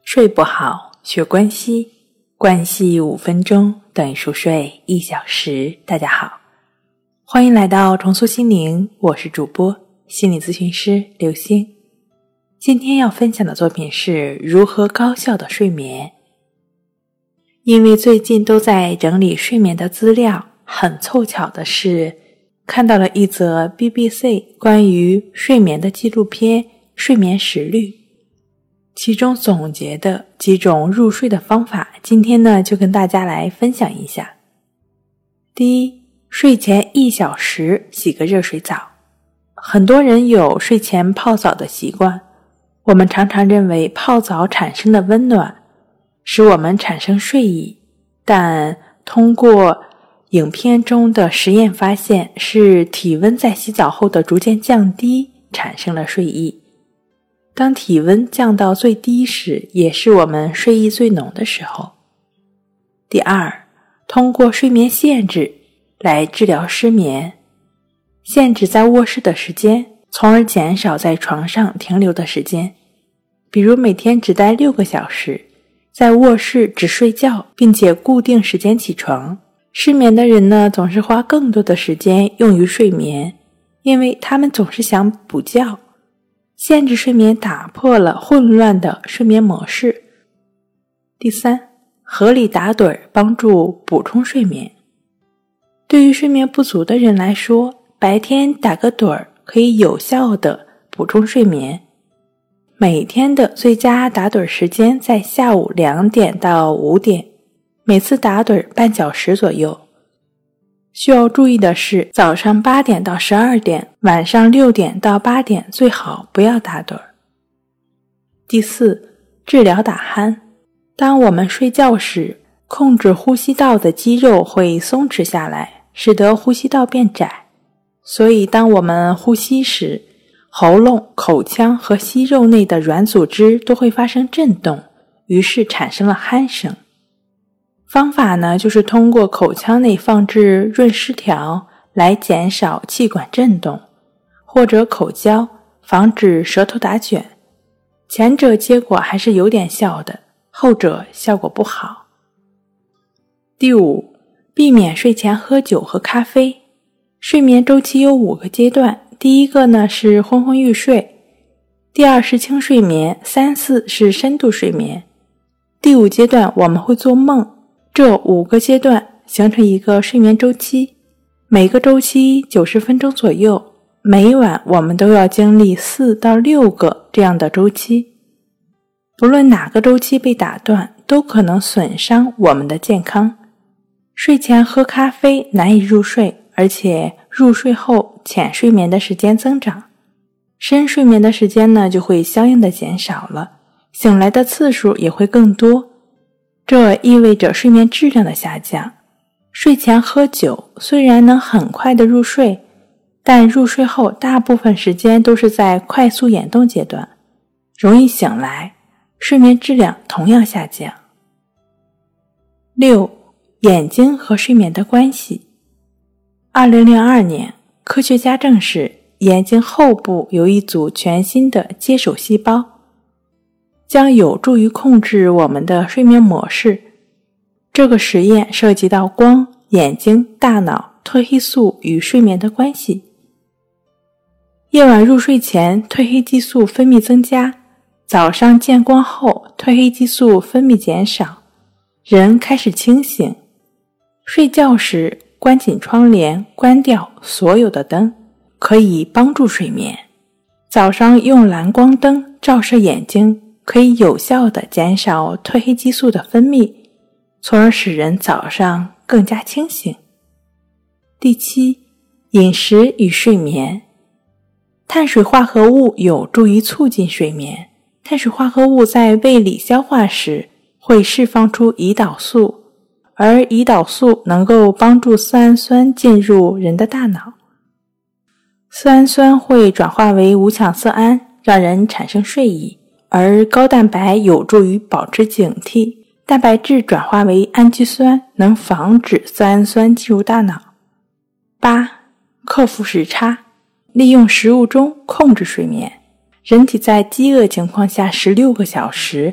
睡不好，学关系，关系5分钟等于熟睡1小时。大家好，欢迎来到重塑心灵，我是主播心理咨询师刘星。今天要分享的作品是如何高效的睡眠。因为最近都在整理睡眠的资料，很凑巧的是看到了一则 BBC 关于睡眠的纪录片《睡眠时律》，其中总结的几种入睡的方法，今天呢就跟大家来分享一下。第一，睡前1小时洗个热水澡。很多人有睡前泡澡的习惯，我们常常认为泡澡产生的温暖使我们产生睡意，但通过影片中的实验发现，是体温在洗澡后的逐渐降低产生了睡意。当体温降到最低时，也是我们睡意最浓的时候。第二，通过睡眠限制来治疗失眠。限制在卧室的时间，从而减少在床上停留的时间。比如每天只待6个小时，在卧室只睡觉，并且固定时间起床。失眠的人呢，总是花更多的时间用于睡眠，因为他们总是想补觉。限制睡眠打破了混乱的睡眠模式。第三，合理打盹帮助补充睡眠。对于睡眠不足的人来说，白天打个盹可以有效地补充睡眠。每天的最佳打盹时间在下午2点到5点，每次打盹半小时左右。需要注意的是，早上8点到12点，晚上6点到8点最好不要打盹。第四，治疗打鼾。当我们睡觉时，控制呼吸道的肌肉会松弛下来，使得呼吸道变窄。所以当我们呼吸时，喉咙、口腔和息肉内的软组织都会发生震动，于是产生了鼾声。方法呢，就是通过口腔内放置润湿条来减少气管震动，或者口胶防止舌头打卷。前者结果还是有点效的，后者效果不好。第五，避免睡前喝酒和咖啡。睡眠周期有5个阶段，第一个呢是昏昏欲睡，第二是轻睡眠，3、4是深度睡眠，第5阶段我们会做梦。这5个阶段形成一个睡眠周期，每个周期90分钟左右，每晚我们都要经历4到6个这样的周期。不论哪个周期被打断，都可能损伤我们的健康。睡前喝咖啡难以入睡，而且入睡后浅睡眠的时间增长，深睡眠的时间呢就会相应的减少了，醒来的次数也会更多。这意味着睡眠质量的下降。睡前喝酒虽然能很快的入睡，但入睡后大部分时间都是在快速眼动阶段，容易醒来，睡眠质量同样下降。6. 眼睛和睡眠的关系。2002年，科学家证实眼睛后部有一组全新的接手细胞，将有助于控制我们的睡眠模式。这个实验涉及到光、眼睛、大脑、褪黑素与睡眠的关系。夜晚入睡前，褪黑激素分泌增加，早上见光后，褪黑激素分泌减少，人开始清醒。睡觉时关紧窗帘，关掉所有的灯，可以帮助睡眠。早上用蓝光灯照射眼睛，可以有效地减少褪黑激素的分泌，从而使人早上更加清醒。第7，饮食与睡眠。碳水化合物有助于促进睡眠。碳水化合物在胃里消化时会释放出胰岛素，而胰岛素能够帮助色氨酸进入人的大脑。色氨酸会转化为5羟色胺，让人产生睡意，而高蛋白有助于保持警惕，蛋白质转化为氨基酸，能防止色氨酸进入大脑。8. 克服时差，利用食物钟控制睡眠。人体在饥饿情况下16个小时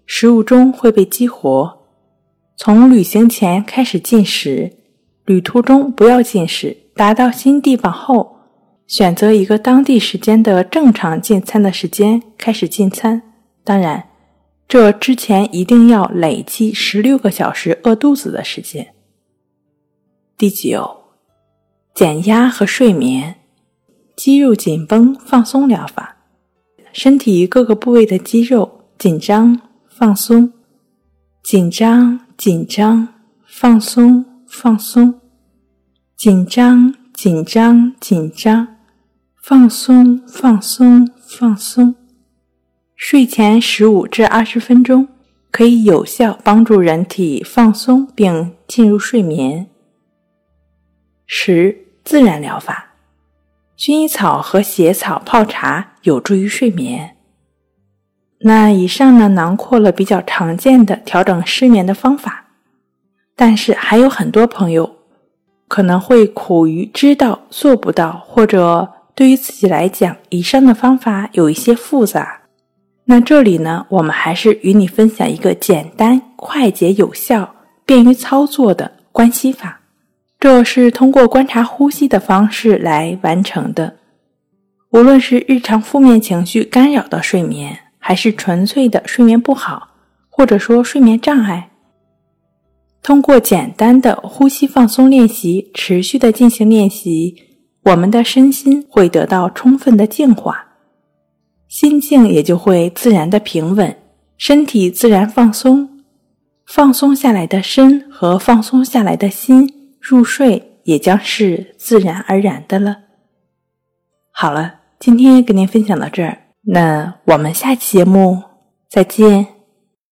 食物中会被激活。从旅行前开始进食，旅途中不要进食，达到新地方后，选择一个当地时间的正常进餐的时间开始进餐。当然，这之前一定要累积16个小时饿肚子的时间。第9，减压和睡眠，肌肉紧绷放松疗法。身体各个部位的肌肉紧张放松，紧张紧张放松放松，紧张紧张紧张放松放松放松。睡前15至20分钟可以有效帮助人体放松并进入睡眠。10. 自然疗法，薰衣草和血草泡茶有助于睡眠。那以上呢，囊括了比较常见的调整失眠的方法，但是还有很多朋友可能会苦于知道做不到，或者对于自己来讲，以上的方法有一些复杂。那这里呢，我们还是与你分享一个简单、快捷、有效、便于操作的关系法。这是通过观察呼吸的方式来完成的。无论是日常负面情绪干扰到睡眠，还是纯粹的睡眠不好，或者说睡眠障碍，通过简单的呼吸放松练习，持续的进行练习，我们的身心会得到充分的净化，心境也就会自然的平稳，身体自然放松，放松下来的身和放松下来的心，入睡也将是自然而然的了。好了，今天跟您分享到这儿，那我们下期节目再见。